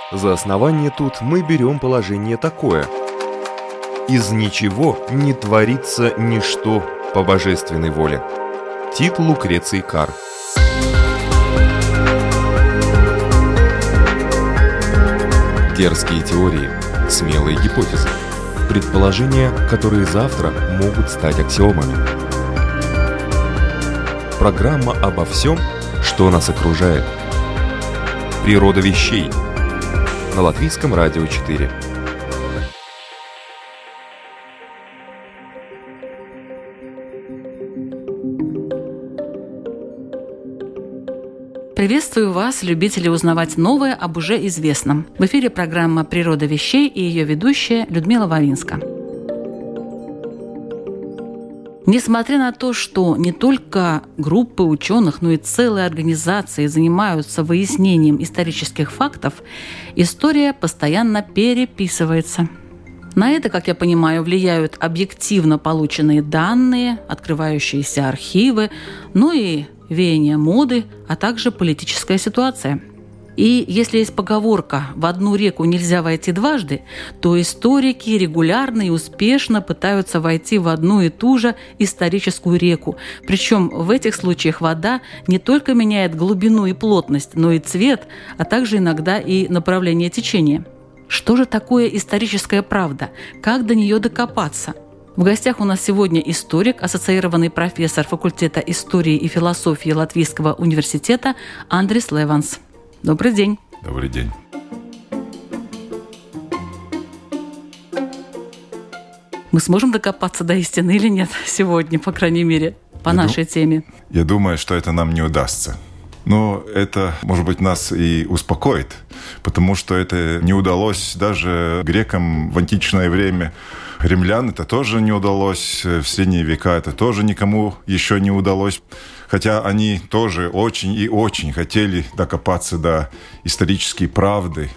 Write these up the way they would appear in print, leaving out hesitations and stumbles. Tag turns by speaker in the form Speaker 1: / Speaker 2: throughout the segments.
Speaker 1: За основание тут мы берем положение такое: «Из ничего не творится ничто по божественной воле». Тит Лукреций Кар. Дерзкие теории, смелые гипотезы, предположения, которые завтра могут стать аксиомами. Программа обо всем, что нас окружает. Природа вещей. На Латвийском радио 4.
Speaker 2: Приветствую вас, любители узнавать новое об уже известном. В эфире программа «Природа вещей» и ее ведущая Людмила Вавинска. Несмотря на то, что не только группы ученых, но и целые организации занимаются выяснением исторических фактов, история постоянно переписывается. На это, как я понимаю, влияют объективно полученные данные, открывающиеся архивы, ну и веяние моды, а также политическая ситуация. И если есть поговорка «в одну реку нельзя войти дважды», то историки регулярно и успешно пытаются войти в одну и ту же историческую реку. Причем в этих случаях вода не только меняет глубину и плотность, но и цвет, а также иногда и направление течения. Что же такое историческая правда? Как до нее докопаться? В гостях у нас сегодня историк, ассоциированный профессор факультета истории и философии Латвийского университета Андрис Леванс. Добрый день.
Speaker 3: Добрый день.
Speaker 2: Мы сможем докопаться до истины или нет сегодня, по крайней мере, по нашей теме?
Speaker 3: Я думаю, что это нам не удастся. Но это, может быть, нас и успокоит, потому что это не удалось даже грекам в античное время. Римлян это тоже не удалось, в средние века это тоже никому еще не удалось. Хотя они тоже очень и очень хотели докопаться до исторической правды.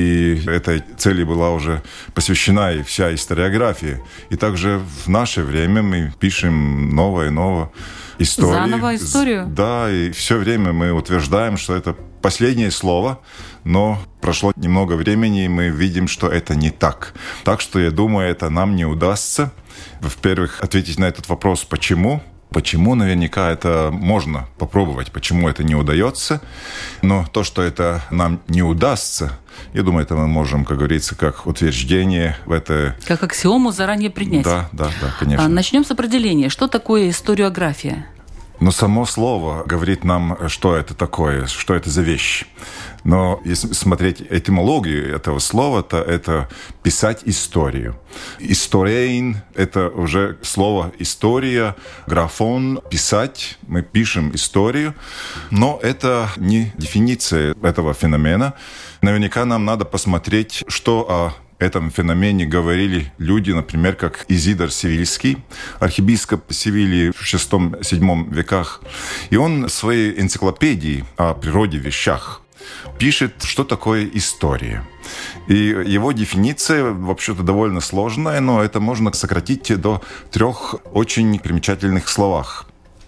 Speaker 3: И этой цели была уже посвящена и вся историография. И также в наше время мы пишем новое и новое истории.
Speaker 2: Заново историю?
Speaker 3: Да, и все время мы утверждаем, что это последнее слово, но прошло немного времени, и мы видим, что это не так. Так что, я думаю, это нам не удастся. Во-первых, ответить на этот вопрос «почему?». Почему, наверняка, это можно попробовать, почему это не удается. Но то, что это нам не удастся, я думаю, это мы можем, как говорится, как утверждение в это...
Speaker 2: Как аксиому заранее принять.
Speaker 3: Да, конечно.
Speaker 2: Начнем с определения. Что такое историография?
Speaker 3: Но само слово говорит нам, что это такое, что это за вещь. Но если смотреть этимологию этого слова, то это писать историю. Исторейн – это уже слово «история», графон – писать, мы пишем историю. Но это не дефиниция этого феномена. Наверняка нам надо посмотреть, что о этом феномене говорили люди, например, как Изидор Севильский, архиепископ Севильи в VI-VII веках. И он в своей энциклопедии о природе вещах пишет, что такое история. И его дефиниция, вообще-то, довольно сложная, но это можно сократить до 3 очень примечательных словах.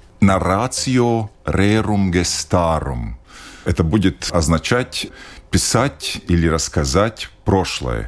Speaker 3: «Narratio rerum gestarum». Это будет означать писать или рассказать прошлое.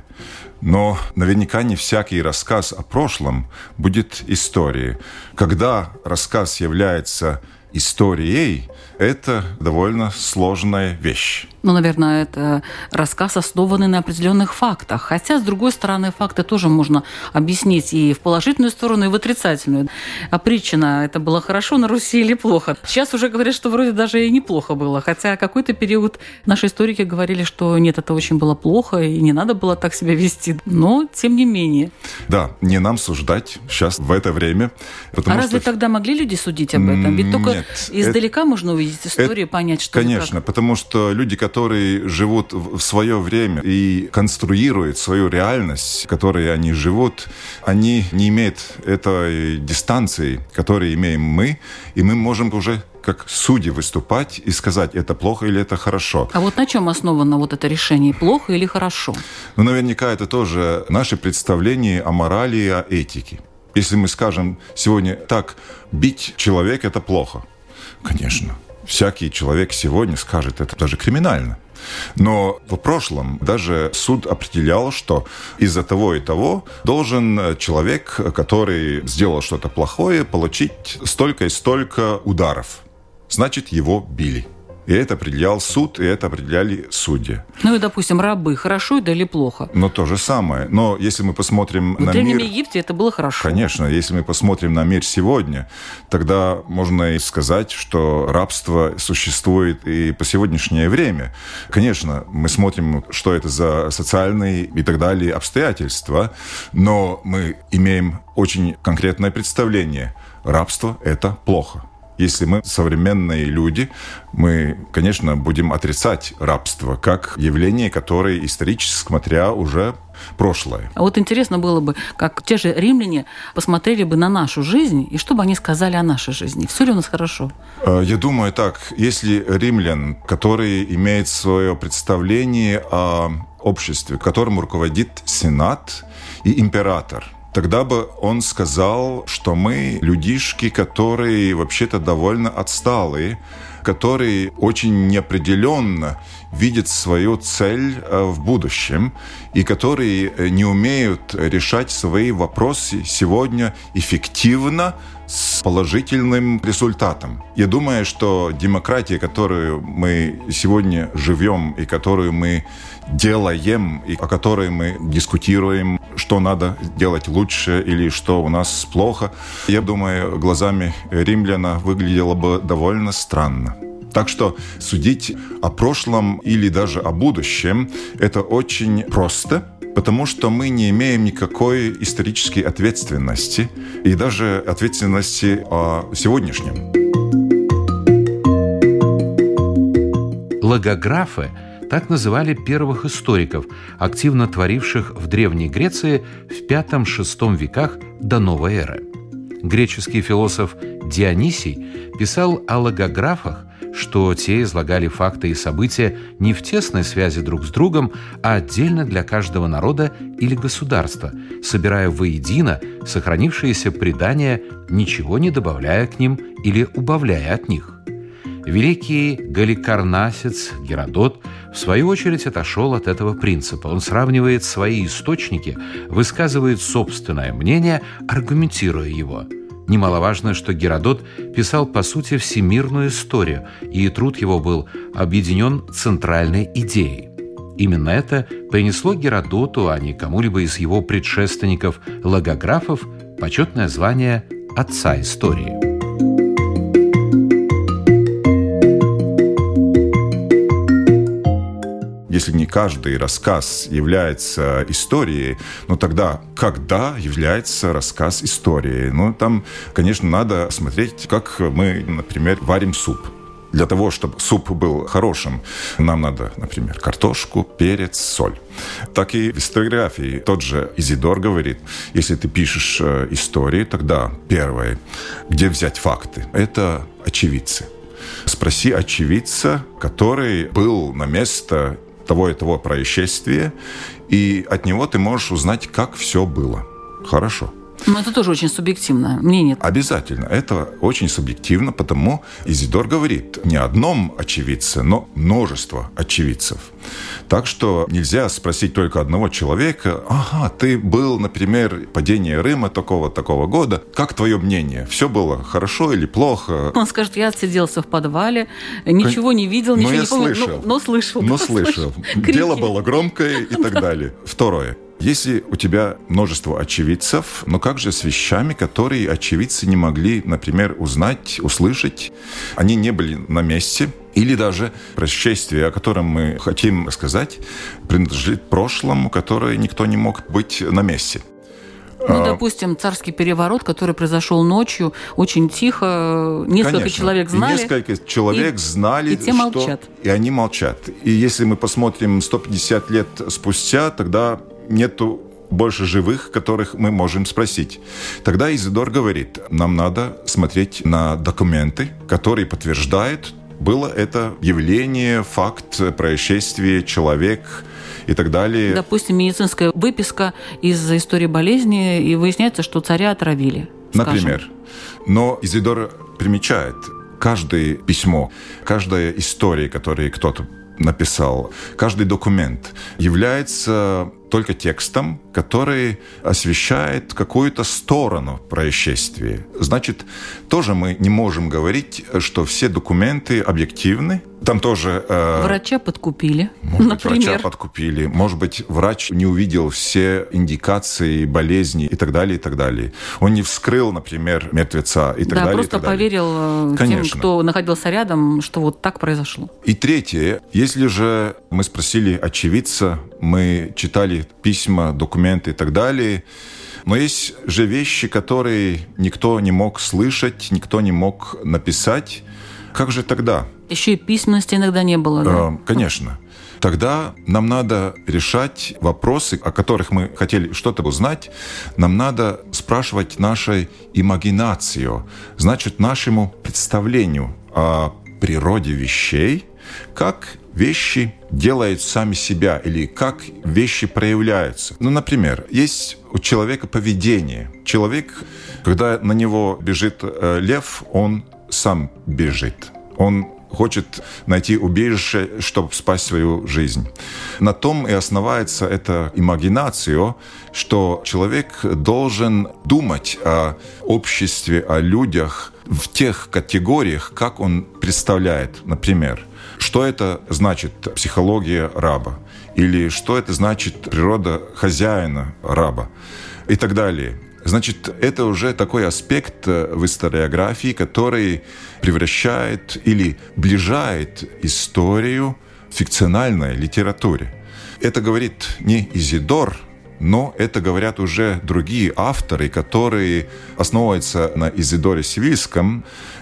Speaker 3: Но наверняка не всякий рассказ о прошлом будет историей. Когда рассказ является историей, это довольно сложная вещь.
Speaker 2: Ну, наверное, это рассказ, основанный на определенных фактах. Хотя, с другой стороны, факты тоже можно объяснить и в положительную сторону, и в отрицательную. А притчина, это было хорошо на Руси или плохо? Сейчас уже говорят, что вроде даже и неплохо было. Хотя какой-то период наши историки говорили, что нет, это очень было плохо, и не надо было так себя вести. Но, тем не менее.
Speaker 3: Да, не нам суждать сейчас, в это время.
Speaker 2: Разве тогда могли люди судить об этом? Ведь только издалека можно увидеть историю, понять, что
Speaker 3: конечно, потому что люди, которые живут в свое время и конструируют свою реальность, в которой они живут, они не имеют этой дистанции, которую имеем мы, и мы можем уже как судьи выступать и сказать, это плохо или это хорошо.
Speaker 2: А вот на чем основано вот это решение, плохо или хорошо?
Speaker 3: Ну, наверняка это тоже наши представления о морали и о этике. Если мы скажем сегодня так, бить человека – это плохо. Конечно. Всякий человек сегодня скажет, это даже криминально. Но в прошлом даже суд определял, что из-за того и того должен человек, который сделал что-то плохое, получить столько и столько ударов. Значит, его били. И это определял суд, и это определяли судьи.
Speaker 2: Ну и, допустим, рабы. Хорошо это или плохо?
Speaker 3: Но то же самое. Но если мы посмотрим на мир...
Speaker 2: В Древнем Египте это было хорошо.
Speaker 3: Конечно. Если мы посмотрим на мир сегодня, тогда можно и сказать, что рабство существует и по сегодняшнее время. Конечно, мы смотрим, что это за социальные и так далее обстоятельства, но мы имеем очень конкретное представление. Рабство – это плохо. Если мы современные люди, мы, конечно, будем отрицать рабство как явление, которое исторически смотря уже прошлое.
Speaker 2: А вот интересно было бы, как те же римляне посмотрели бы на нашу жизнь, и что бы они сказали о нашей жизни. Все ли у нас хорошо?
Speaker 3: Я думаю так. Если римлян, который имеет свое представление о обществе, которым руководит сенат и император, тогда бы он сказал, что мы людишки, которые вообще-то довольно отсталые, которые очень неопределенно видят свою цель в будущем и которые не умеют решать свои вопросы сегодня эффективно с положительным результатом. Я думаю, что демократия, которую мы сегодня живем и которую мы делаем, и о которой мы дискутируем, что надо делать лучше или что у нас плохо, я думаю, глазами римляна выглядело бы довольно странно. Так что судить о прошлом или даже о будущем – это очень просто, потому что мы не имеем никакой исторической ответственности и даже ответственности о сегодняшнем.
Speaker 4: Логографы – так называли первых историков, активно творивших в Древней Греции в V-VI веках до новой эры. Греческий философ Дионисий писал о логографах, что те излагали факты и события не в тесной связи друг с другом, а отдельно для каждого народа или государства, собирая воедино сохранившиеся предания, ничего не добавляя к ним или убавляя от них. Великий галикарнасец Геродот, в свою очередь, отошел от этого принципа. Он сравнивает свои источники, высказывает собственное мнение, аргументируя его. Немаловажно, что Геродот писал, по сути, всемирную историю, и труд его был объединен центральной идеей. Именно это принесло Геродоту, а не кому-либо из его предшественников-логографов, почетное звание «Отца истории».
Speaker 3: Если не каждый рассказ является историей, но тогда когда является рассказ историей? Там, конечно, надо смотреть, как мы, например, варим суп. Для того, чтобы суп был хорошим, нам надо, например, картошку, перец, соль. Так и в историографии тот же Изидор говорит, если ты пишешь истории, тогда первое, где взять факты? Это очевидцы. Спроси очевидца, который был на место того и того происшествия, и от него ты можешь узнать, как все было. Хорошо.
Speaker 2: Но это тоже очень субъективно. Мнение.
Speaker 3: Обязательно. Это очень субъективно, потому Изидор говорит не о одном очевидце, но множество очевидцев. Так что нельзя спросить только одного человека, ага, ты был, например, падение Рима такого года, как твое мнение? Все было хорошо или плохо?
Speaker 2: Он скажет, я отсиделся в подвале, ничего не видел, ничего не помню, но слышал.
Speaker 3: Но слышал. Дело было громкое и так далее. Второе. Если у тебя множество очевидцев, но как же с вещами, которые очевидцы не могли, например, узнать, услышать? Они не были на месте. Или даже происшествие, о котором мы хотим сказать, принадлежит прошлому, которое никто не мог быть на месте.
Speaker 2: Допустим, царский переворот, который произошел ночью, очень тихо, несколько человек знали.
Speaker 3: Несколько человек знали,
Speaker 2: и те молчат.
Speaker 3: И они молчат. И если мы посмотрим 150 лет спустя, тогда нету больше живых, которых мы можем спросить. Тогда Изидор говорит, нам надо смотреть на документы, которые подтверждают, было это явление, факт, происшествие, человек и так далее.
Speaker 2: Допустим, медицинская выписка из истории болезни, и выясняется, что царя отравили.
Speaker 3: Например. Но Изидор примечает, каждое письмо, каждая история, которую кто-то написал, каждый документ является только текстом, который освещает какую-то сторону происшествия. Значит, тоже мы не можем говорить, что все документы объективны. Там тоже...
Speaker 2: Врача подкупили,
Speaker 3: может
Speaker 2: например.
Speaker 3: быть, врача подкупили. Может быть, врач не увидел все индикации болезни и так далее, и так далее. Он не вскрыл, например, мертвеца и так далее.
Speaker 2: Да, просто поверил тем, кто находился рядом, что вот так произошло.
Speaker 3: И третье. Если же мы спросили очевидца, мы читали письма, документы и так далее, но есть же вещи, которые никто не мог слышать, никто не мог написать. Как же тогда?
Speaker 2: Еще и письменности иногда не было, да?
Speaker 3: Конечно. Тогда нам надо решать вопросы, о которых мы хотели что-то узнать. Нам надо спрашивать нашей имагинацию, значит, нашему представлению о природе вещей, как вещи делают сами себя или как вещи проявляются. Например, есть у человека поведение. Человек, когда на него бежит лев, он сам бежит. Он хочет найти убежище, чтобы спасти свою жизнь. На том и основается эта имагинация, что человек должен думать о обществе, о людях в тех категориях, как он представляет. Например, что это значит психология раба? Или что это значит природа хозяина раба? И так далее. Значит, это уже такой аспект в историографии, который превращает или ближает историю в фикциональной литературе. Это говорит не Изидор, но это говорят уже другие авторы, которые основываются на Изидоре Сивильском,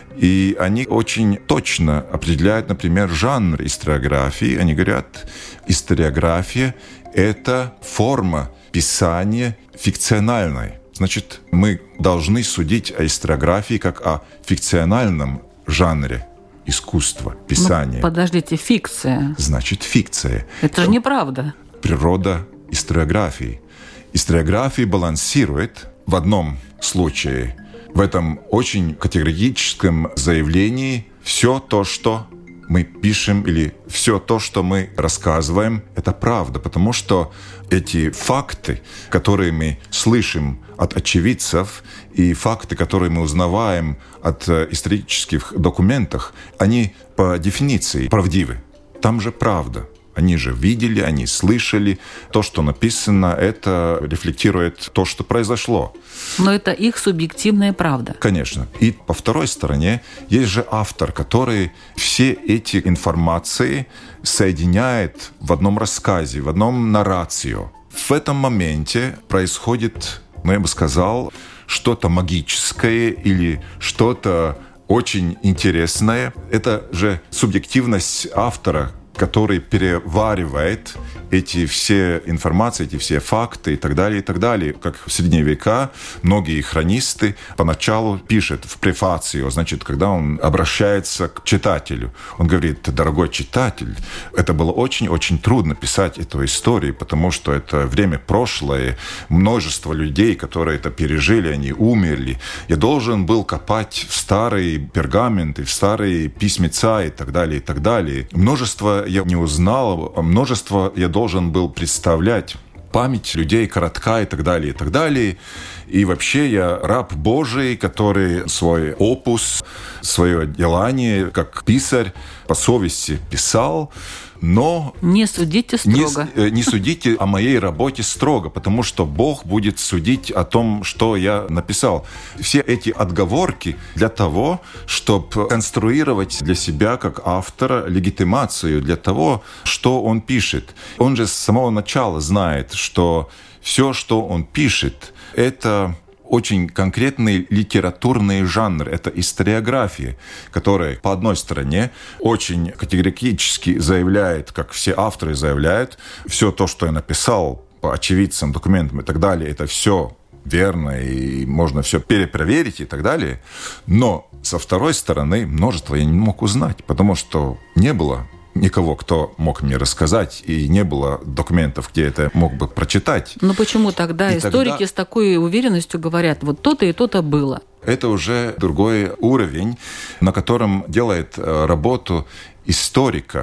Speaker 3: и они очень точно определяют, например, жанр историографии. Они говорят, историография – это форма писания фикциональной. Значит, мы должны судить о историографии как о фикциональном жанре искусства, писания.
Speaker 2: Подождите, фикция.
Speaker 3: Значит, фикция.
Speaker 2: Это же неправда.
Speaker 3: Природа историографии. Историография балансирует в одном случае, в этом очень категорическом заявлении, все то, что мы пишем или все то, что мы рассказываем, это правда, потому что эти факты, которые мы слышим от очевидцев, и факты, которые мы узнаваем от исторических документов, они по дефиниции правдивы. Там же правда. Они же видели, они слышали. То, что написано, это рефлектирует то, что произошло.
Speaker 2: Но это их субъективная правда.
Speaker 3: Конечно. И по второй стороне есть же автор, который все эти информации соединяет в одном рассказе, в одном наррацио. В этом моменте происходит, я бы сказал, что-то магическое или что-то очень интересное. Это же субъективность автора, который переваривает эти все информации, эти все факты и так далее, и так далее. Как в средние века многие хронисты поначалу пишут в префацию, значит, когда он обращается к читателю. Он говорит: дорогой читатель, это было очень-очень трудно писать эту историю, потому что это время прошлое, множество людей, которые это пережили, они умерли. Я должен был копать в старые пергаменты, в старые письмеца и так далее, и так далее. Множество я не узнал, а множество я должен был представлять. Память людей коротка и так далее, и так далее. И вообще я раб Божий, который свой опус, свое делание как писарь по совести писал, но...
Speaker 2: Не судите строго.
Speaker 3: Не судите о моей работе строго, потому что Бог будет судить о том, что я написал. Все эти отговорки для того, чтобы конструировать для себя как автора легитимацию для того, что он пишет. Он же с самого начала знает, что все, что он пишет, это очень конкретный литературный жанр. Это историография, которая, по одной стороне, очень категорически заявляет, как все авторы заявляют, все то, что я написал по очевидцам, документам и так далее, это все верно, и можно все перепроверить и так далее. Но, со второй стороны, множество я не мог узнать, потому что не было никого, кто мог мне рассказать, и не было документов, где это мог бы прочитать.
Speaker 2: Но почему тогда историки с такой уверенностью говорят, вот то-то и то-то было?
Speaker 3: Это уже другой уровень, на котором делает работу историка.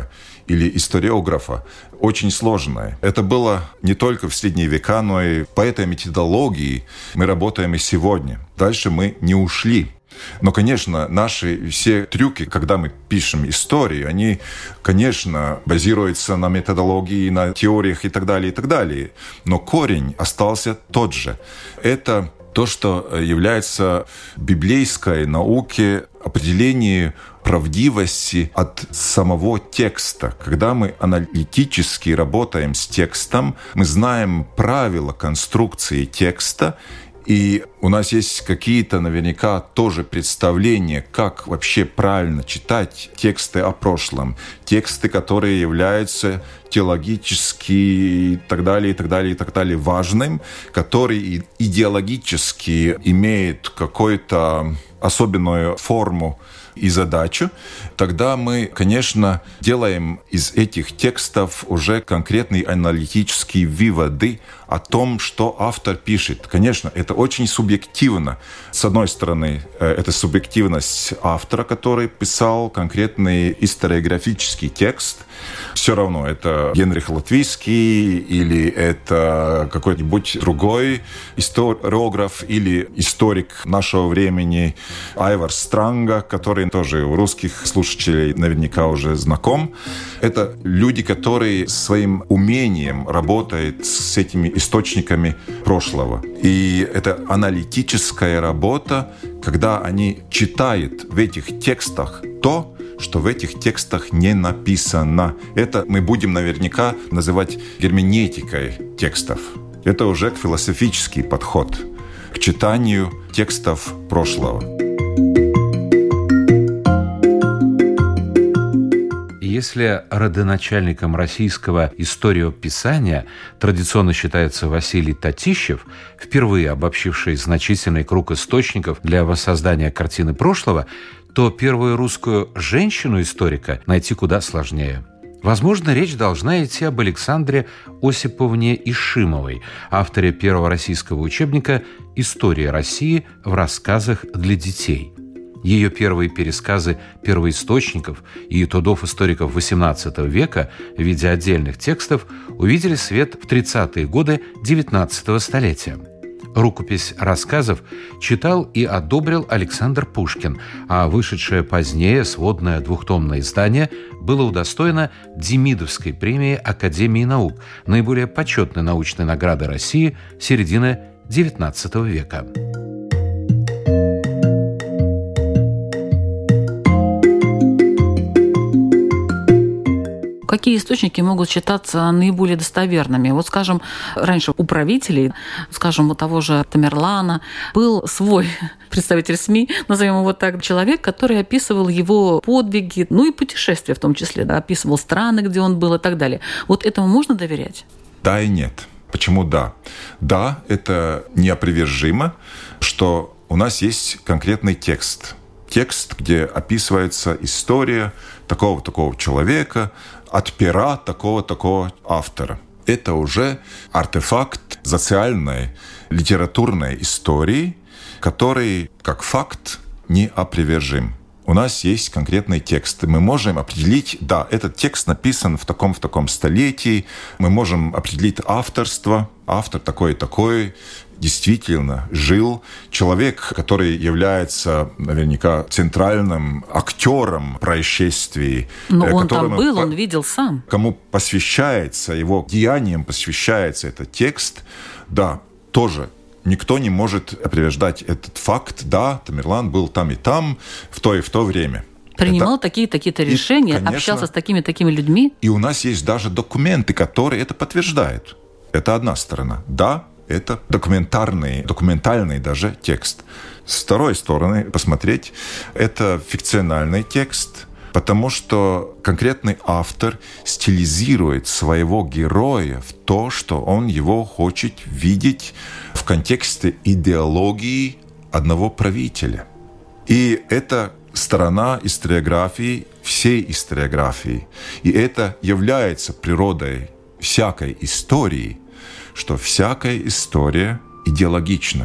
Speaker 3: или историографа очень сложное. Это было не только в средние века, но и по этой методологии мы работаем и сегодня. Дальше мы не ушли. Но, конечно, наши все трюки, когда мы пишем истории, они, конечно, базируются на методологии, на теориях и так далее, и так далее. Но корень остался тот же. Это то, что является библейской науке определением правдивости от самого текста. Когда мы аналитически работаем с текстом, мы знаем правила конструкции текста, и у нас есть какие-то наверняка тоже представления, как вообще правильно читать тексты о прошлом, тексты, которые являются теологически и так далее важным, которые идеологически имеют какую-то особенную форму и задачу, тогда мы, конечно, делаем из этих текстов уже конкретные аналитические выводы о том, что автор пишет. Конечно, это очень субъективно. С одной стороны, это субъективность автора, который писал конкретный историографический текст. Все равно, это Генрих Латвийский или это какой-нибудь другой историограф или историк нашего времени Айвар Странга, который тоже у русских слушателей наверняка уже знаком. Это люди, которые своим умением работают с этими источниками прошлого. И это аналитическая работа, когда они читают в этих текстах то, что в этих текстах не написано. Это мы будем наверняка называть герменевтикой текстов. Это уже философический подход к читанию текстов прошлого.
Speaker 4: Если родоначальником российского историописания традиционно считается Василий Татищев, впервые обобщивший значительный круг источников для воссоздания картины прошлого, то первую русскую женщину-историка найти куда сложнее. Возможно, речь должна идти об Александре Осиповне Ишимовой, авторе первого российского учебника «История России в рассказах для детей». Ее первые пересказы первоисточников и трудов историков XVIII века в виде отдельных текстов увидели свет в 30-е годы XIX столетия. Рукопись рассказов читал и одобрил Александр Пушкин, а вышедшее позднее сводное двухтомное издание было удостоено Демидовской премии Академии наук, наиболее почетной научной награды России середины XIX века.
Speaker 2: Какие источники могут считаться наиболее достоверными? Вот, скажем, раньше у правителей, скажем, у того же Тамерлана, был свой представитель СМИ, назовем его так, человек, который описывал его подвиги, ну и путешествия в том числе, да, описывал страны, где он был и так далее. Вот этому можно доверять?
Speaker 3: Да и нет. Почему да? Да, это неопровержимо, что у нас есть конкретный текст. Текст, где описывается история такого-такого человека, от пера такого-такого автора. Это уже артефакт социальной, литературной истории, который, как факт, неопровержим. У нас есть конкретный текст. Мы можем определить, да, этот текст написан в таком столетии. Мы можем определить авторство. Автор такой-такой действительно жил. Человек, который является наверняка центральным актером происшествий.
Speaker 2: Но он там был, он видел сам.
Speaker 3: Кому посвящается, его деяниям посвящается этот текст, да, тоже никто не может опровергать этот факт. Да, Тамерлан был там и там, в то и в то время.
Speaker 2: Принимал такие-то решения, конечно, общался с такими людьми.
Speaker 3: И у нас есть даже документы, которые это подтверждают. Это одна сторона. Да, это документальный даже текст. С второй стороны посмотреть, это фикциональный текст, потому что конкретный автор стилизирует своего героя в то, что он его хочет видеть в контексте идеологии одного правителя. И это сторона историографии, всей историографии. И это является природой всякой истории, что всякая история идеологична.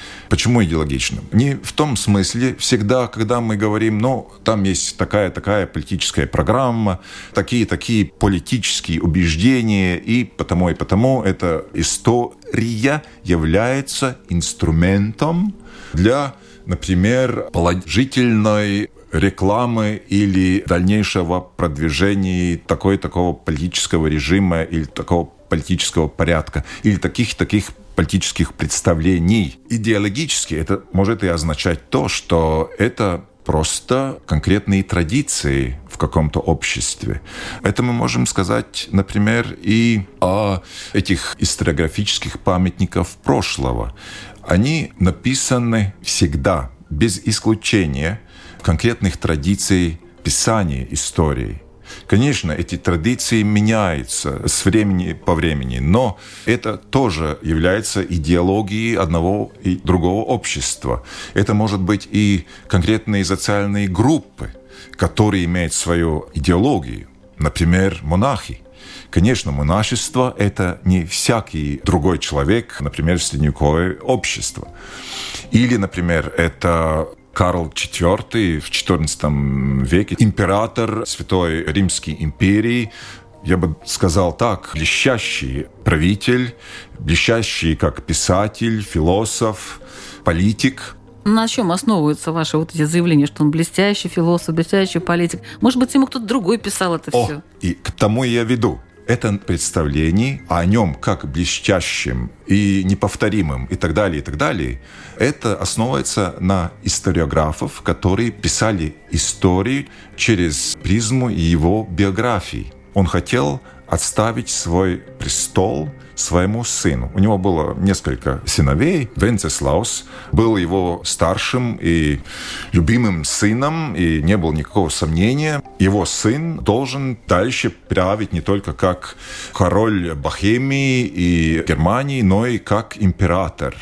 Speaker 3: Почему идеологичным? Не в том смысле, всегда, когда мы говорим, там есть такая политическая программа, такие политические убеждения, и потому эта история является инструментом для, например, положительной рекламы или дальнейшего продвижения такого политического режима или такого политического порядка, или таких политических представлений. Идеологически это может и означать то, что это просто конкретные традиции в каком-то обществе. Это мы можем сказать, например, и о этих историографических памятниках прошлого. Они написаны всегда, без исключения, конкретных традиций писания истории. Конечно, эти традиции меняются с времени по времени, но это тоже является идеологией одного и другого общества. Это может быть и конкретные социальные группы, которые имеют свою идеологию. Например, монахи. Конечно, монашество – это не всякий другой человек, например, средневековое общество. Или, например, это Карл IV в XIV веке, император Святой Римской империи, я бы сказал так, блестящий правитель, блестящий как писатель, философ, политик.
Speaker 2: На чем основываются ваши вот эти заявления, что он блестящий философ, блестящий политик? Может быть, ему кто-то другой писал это все?
Speaker 3: И к тому я веду. Это представление о нем как блестящем и неповторимым и так далее, это основывается на историографов, которые писали истории через призму его биографии. Он хотел отставить свой престол своему сыну. У него было несколько сыновей. Венцеслаус был его старшим и любимым сыном, и не было никакого сомнения. Его сын должен дальше править не только как король Бохемии и Германии, но и как император.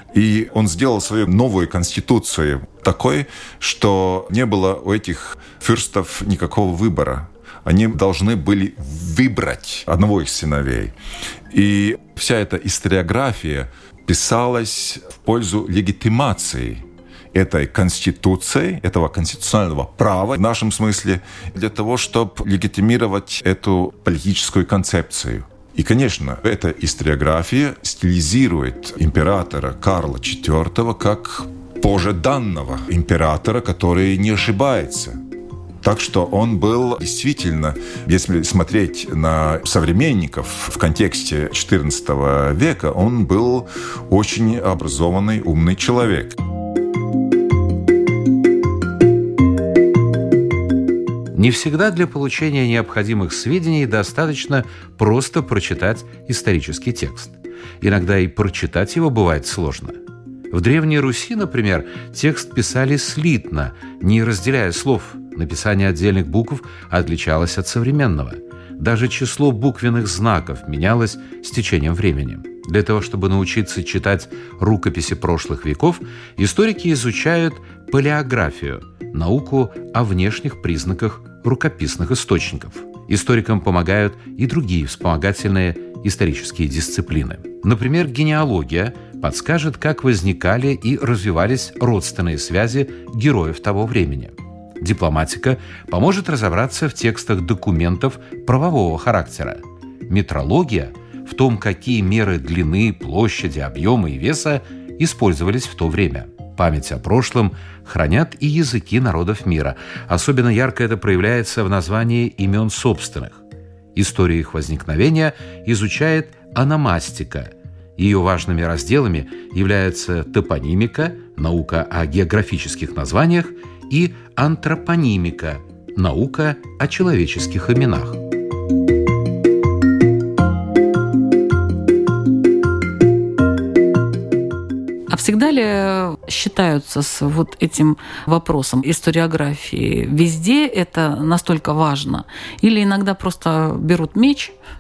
Speaker 3: И он сделал свою новую конституцию такой, что не было у этих фюрстов никакого выбора. Они должны были выбрать одного из сыновей. И вся эта историография писалась в пользу легитимации этой конституции, этого конституционального права, в нашем смысле, для того, чтобы легитимировать эту политическую концепцию. И, конечно, эта историография стилизирует императора Карла IV как божеданного императора, который не ошибается. Так что он был действительно, если смотреть на современников в контексте XIV века, он был очень образованный, умный человек.
Speaker 4: Не всегда для получения необходимых сведений достаточно просто прочитать исторический текст. Иногда и прочитать его бывает сложно. В Древней Руси, например, текст писали слитно, не разделяя слов. Написание отдельных букв отличалось от современного. Даже число буквенных знаков менялось с течением времени. Для того, чтобы научиться читать рукописи прошлых веков, историки изучают палеографию, науку о внешних признаках рукописных источников. Историкам помогают и другие вспомогательные исторические дисциплины. Например, генеалогия подскажет, как возникали и развивались родственные связи героев того времени. Дипломатика поможет разобраться в текстах документов правового характера. Метрология – в том, какие меры длины, площади, объема и веса использовались в то время. Память о прошлом хранят и языки народов мира. Особенно ярко это проявляется в названии имен собственных. Историю их возникновения изучает ономастика. Ее важными разделами являются топонимика, наука о географических названиях, и антропонимика – наука о человеческих именах.
Speaker 2: А всегда ли считаются с вот этим вопросом историографии? Везде это настолько важно? Или иногда просто берут меч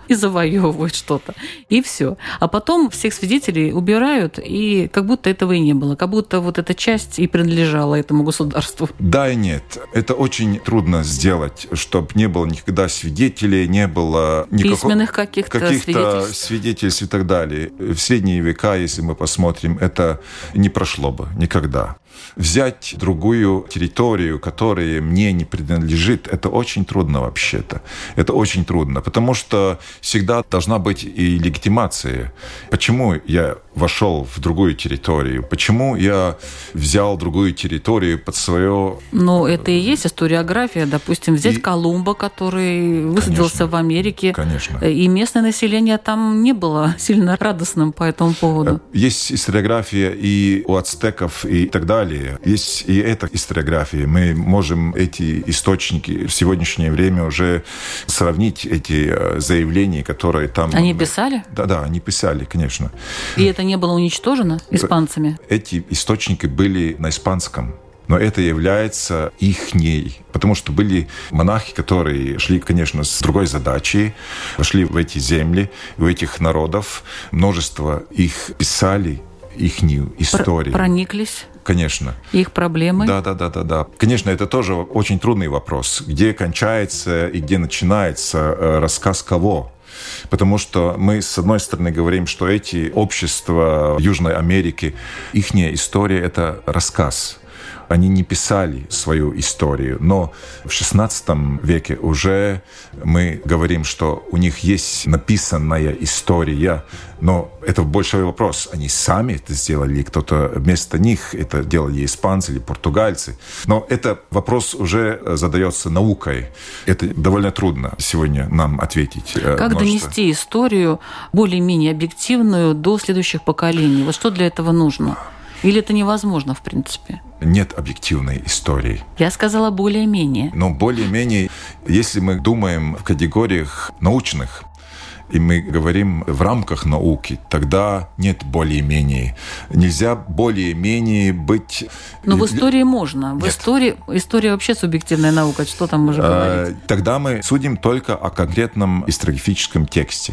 Speaker 2: и завоевывают что-то. И все. А потом всех свидетелей убирают, и как будто этого и не было. Как будто вот эта часть и принадлежала этому государству.
Speaker 3: Да и нет. Это очень трудно сделать, чтобы не было никогда свидетелей, не было
Speaker 2: письменных каких-то
Speaker 3: свидетельств и так далее. В средние века, если мы посмотрим, это не прошло бы никогда. Взять другую территорию, которая мне не принадлежит, это очень трудно вообще-то. Это очень трудно, потому что всегда должна быть и легитимация. Почему я вошел в другую территорию? Почему я взял другую территорию под свое...
Speaker 2: Ну, это и есть историография. Допустим, взять Колумба, который высадился в Америке.
Speaker 3: Конечно.
Speaker 2: И местное население там не было сильно радостным по этому поводу.
Speaker 3: Есть историография и у ацтеков и так далее. Есть и эта историография. Мы можем эти источники в сегодняшнее время уже сравнить, эти заявления, которые там...
Speaker 2: Они писали?
Speaker 3: Да, они писали, конечно.
Speaker 2: И это не было уничтожено испанцами?
Speaker 3: Эти источники были на испанском. Но это является ихней. Потому что были монахи, которые шли, конечно, с другой задачей, шли в эти земли, в этих народов. Множество их писали, ихнюю историю.
Speaker 2: Прониклись?
Speaker 3: Конечно.
Speaker 2: Их проблемы?
Speaker 3: Да. Конечно, это тоже очень трудный вопрос. Где кончается и где начинается рассказ кого? Потому что мы, с одной стороны, говорим, что эти общества Южной Америки, ихняя история – это рассказ. Они не писали свою историю, но в XVI веке уже мы говорим, что у них есть написанная история, но это большой вопрос. Они сами это сделали, или кто-то вместо них это делали, испанцы или португальцы. Но это вопрос уже задается наукой. Это довольно трудно сегодня нам ответить.
Speaker 2: Как донести историю более-менее объективную до следующих поколений? Вот что для этого нужно? Или это невозможно, в принципе?
Speaker 3: Нет объективной истории.
Speaker 2: Я сказала более-менее.
Speaker 3: Но более-менее, если мы думаем в категориях научных, и мы говорим в рамках науки, тогда нет более-менее. Нельзя более-менее быть...
Speaker 2: Но в истории можно. В история вообще субъективная наука. Что там можно говорить?
Speaker 3: Тогда мы судим только о конкретном историографическом тексте.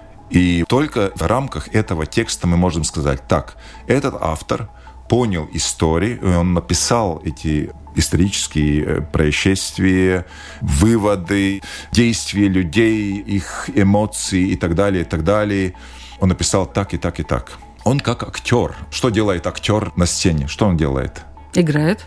Speaker 3: И только в рамках этого текста мы можем сказать, так, этот автор понял историю, и он написал эти исторические происшествия, выводы, действия людей, их эмоции и так далее, и так далее. Он написал так и так и так. Он как актер. Что делает актер на сцене? Что он делает?
Speaker 2: Играет.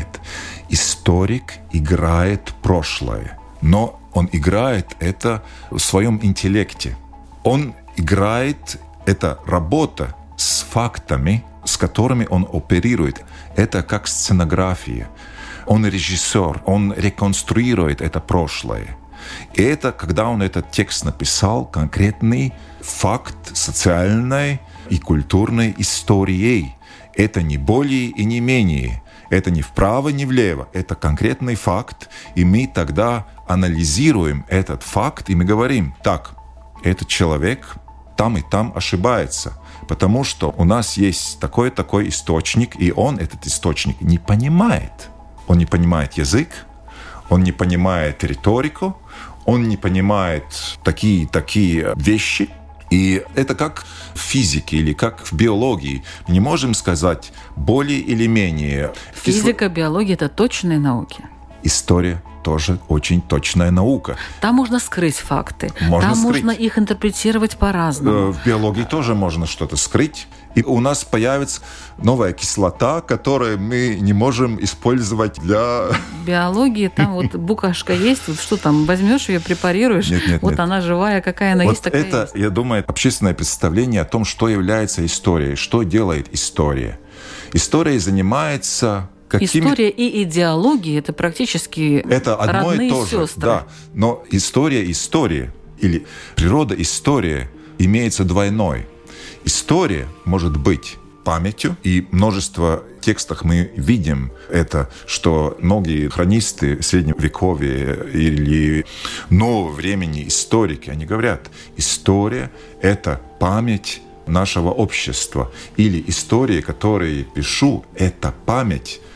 Speaker 3: Историк играет прошлое. Но он играет это в своем интеллекте. Он играет, это работа с фактами, с которыми он оперирует. Это как сценография. Он режиссер, он реконструирует это прошлое. И это, когда он этот текст написал, конкретный факт социальной и культурной истории. Это не более и не менее. Это не вправо, не влево. Это конкретный факт. И мы тогда анализируем этот факт, и мы говорим, так, этот человек там и там ошибается, потому что у нас есть такой источник, и он, этот источник, не понимает. Он не понимает язык, он не понимает риторику, он не понимает такие вещи. И это как в физике или как в биологии. Мы не можем сказать более или менее.
Speaker 2: Физика, биология – это точные науки.
Speaker 3: История тоже очень точная наука.
Speaker 2: Там можно скрыть факты. Можно их интерпретировать по-разному.
Speaker 3: В биологии тоже можно что-то скрыть. И у нас появится новая кислота, которую мы не можем использовать для...
Speaker 2: В биологии там вот букашка есть, вот что там, возьмешь ее, препарируешь, нет. Она живая, какая она
Speaker 3: вот
Speaker 2: есть, такая
Speaker 3: это,
Speaker 2: есть.
Speaker 3: Я думаю, общественное представление о том, что является историей, что делает история. История занимается...
Speaker 2: История и идеология – это практически
Speaker 3: это одно
Speaker 2: родные
Speaker 3: и то же,
Speaker 2: сестры.
Speaker 3: Да. Но история или природа истории имеется двойной. История может быть памятью, и множество текстов мы видим это, что многие хронисты Средневековья или нового времени историки, они говорят, история – это память нашего общества. Или история, которую я пишу, это память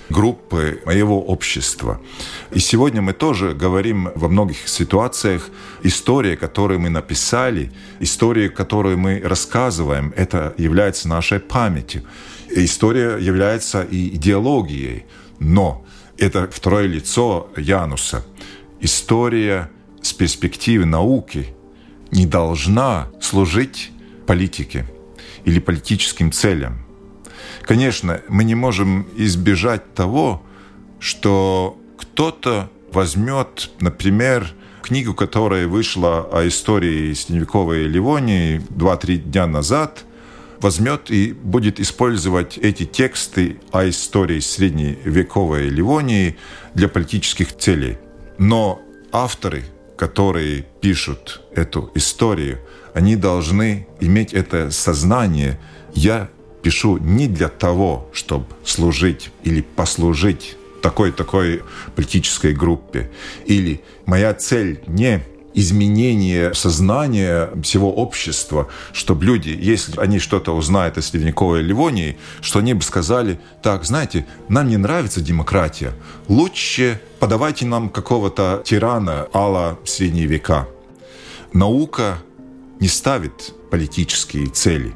Speaker 3: группы, моего общества. И сегодня мы тоже говорим во многих ситуациях, история, которую мы написали, история, которую мы рассказываем, это является нашей памятью. История является и идеологией, но это второе лицо Януса. История с перспективы науки не должна служить политике или политическим целям. Конечно, мы не можем избежать того, что кто-то возьмет, например, книгу, которая вышла о истории средневековой Ливонии 2-3 дня назад, возьмет и будет использовать эти тексты о истории средневековой Ливонии для политических целей. Но авторы, которые пишут эту историю, они должны иметь это сознание. Я пишу не для того, чтобы служить или послужить такой политической группе. Или моя цель не изменение сознания всего общества, чтобы люди, если они что-то узнают о средневековой Ливонии, что они бы сказали: так, знаете, нам не нравится демократия, лучше подавайте нам какого-то тирана а-ла средние века. Наука не ставит политические цели.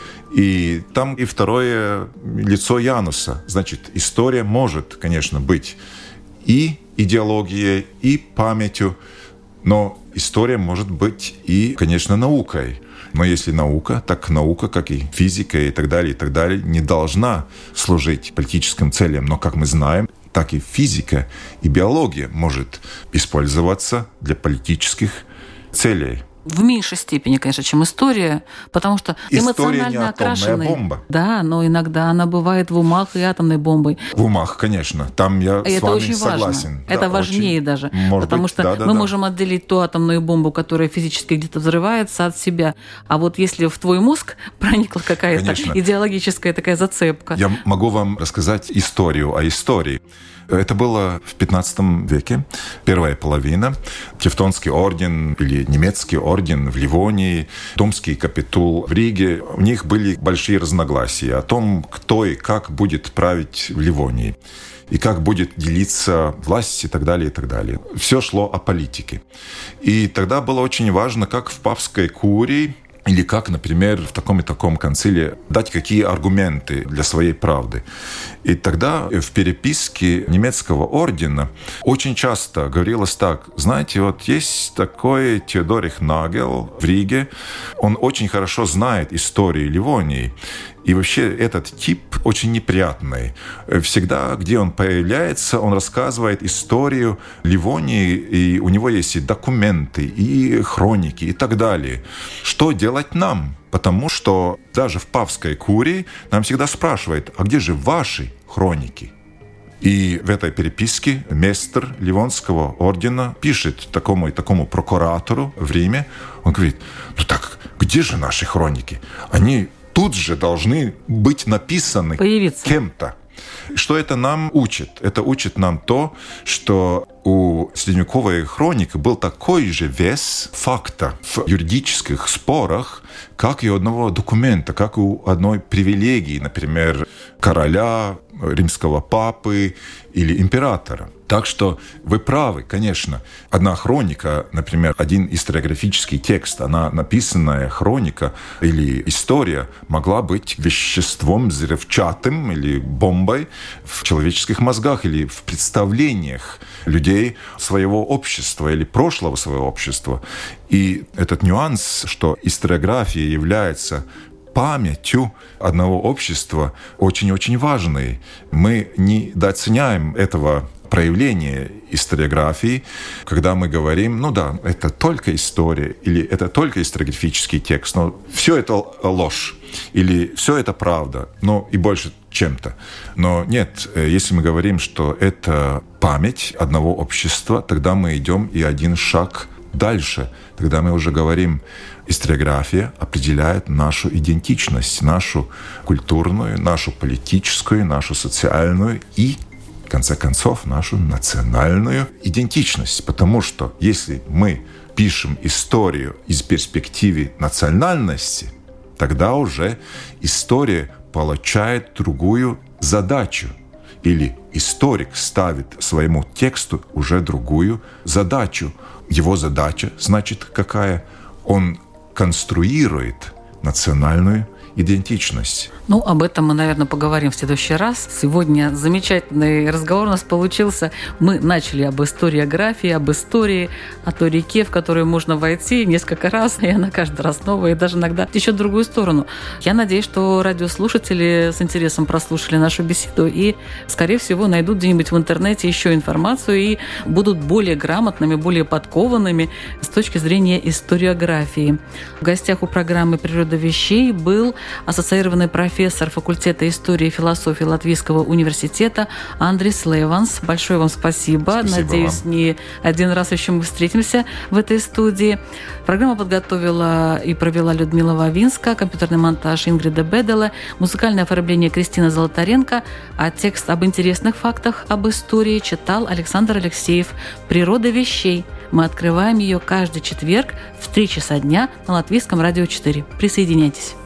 Speaker 3: И там и второе лицо Януса. Значит, история может, конечно, быть и идеологией, и памятью, но история может быть и, конечно, наукой. Но если наука, так наука, как и физика и так далее, не должна служить политическим целям. Но, как мы знаем, так и физика и биология может использоваться для политических целей.
Speaker 2: В меньшей степени, конечно, чем история, потому что эмоционально окрашенная
Speaker 3: бомба.
Speaker 2: Да, но иногда она бывает в умах и атомной бомбой.
Speaker 3: В умах, конечно. Там я с вами
Speaker 2: очень
Speaker 3: согласен.
Speaker 2: Важно. Это важнее
Speaker 3: очень,
Speaker 2: даже. Потому что мы можем отделить ту атомную бомбу, которая физически где-то взрывается, от себя. А вот если в твой мозг проникла какая-то идеологическая такая зацепка.
Speaker 3: Я могу вам рассказать историю о истории. Это было в 15 веке, первая половина. Тевтонский орден или немецкий орден в Ливонии, Домский капитул в Риге. У них были большие разногласия о том, кто и как будет править в Ливонии. И как будет делиться власть и так далее, и так далее. Все шло о политике. И тогда было очень важно, как в папской курии, или как, например, в таком и таком конциле дать какие аргументы для своей правды. И тогда в переписке немецкого ордена очень часто говорилось так: знаете, вот есть такой Теодорих Нагел в Риге, он очень хорошо знает историю Ливонии. И вообще этот тип очень неприятный. Всегда, где он появляется, он рассказывает историю Ливонии, и у него есть и документы, и хроники, и так далее. Что делать нам? Потому что даже в папской курии нам всегда спрашивают: а где же ваши хроники? И в этой переписке местр Ливонского ордена пишет такому и такому прокуратору в Риме. Он говорит: ну так, где же наши хроники? Они тут же должны быть написаны кем-то. Что это нам учит? Это учит нам то, что у средневековой хроники был такой же вес факта в юридических спорах, как и у одного документа, как и у одной привилегии, например, короля, римского папы или императора. Так что вы правы, конечно. Одна хроника, например, один историографический текст, она написанная хроника или история могла быть веществом взрывчатым или бомбой в человеческих мозгах или в представлениях людей своего общества или прошлого своего общества. И этот нюанс, что историография является памятью одного общества, очень-очень важный. Мы недооценяем этого проявления историографии, когда мы говорим: ну да, это только история, или это только историографический текст, но все это ложь, или все это правда, ну и больше чем-то. Но нет, если мы говорим, что это память одного общества, тогда мы идем и один шаг дальше. Тогда мы уже говорим: историография определяет нашу идентичность, нашу культурную, нашу политическую, нашу социальную и, в конце концов, нашу национальную идентичность. Потому что если мы пишем историю из перспективы национальности, тогда уже история получает другую задачу. или историк ставит своему тексту уже другую задачу. Его задача, значит, какая? Он конструирует национальную идентичность.
Speaker 2: Ну, об этом мы, наверное, поговорим в следующий раз. Сегодня замечательный разговор у нас получился. Мы начали об историографии, об истории, о той реке, в которую можно войти несколько раз, и она каждый раз новая, и даже иногда течет в другую сторону. Я надеюсь, что радиослушатели с интересом прослушали нашу беседу и, скорее всего, найдут где-нибудь в интернете еще информацию и будут более грамотными, более подкованными с точки зрения историографии. В гостях у программы «Природа вещей» был ассоциированный профессор факультета истории и философии Латвийского университета Андрис Леванс. Большое вам спасибо. Надеюсь, вам. Не один раз еще мы встретимся в этой студии. Программу подготовила и провела Людмила Вавинска, компьютерный монтаж Ингрида Бедела, музыкальное оформление Кристина Золотаренко, а текст об интересных фактах об истории читал Александр Алексеев. «Природа вещей». Мы открываем ее каждый четверг в 3 часа дня на Латвийском радио 4. Присоединяйтесь.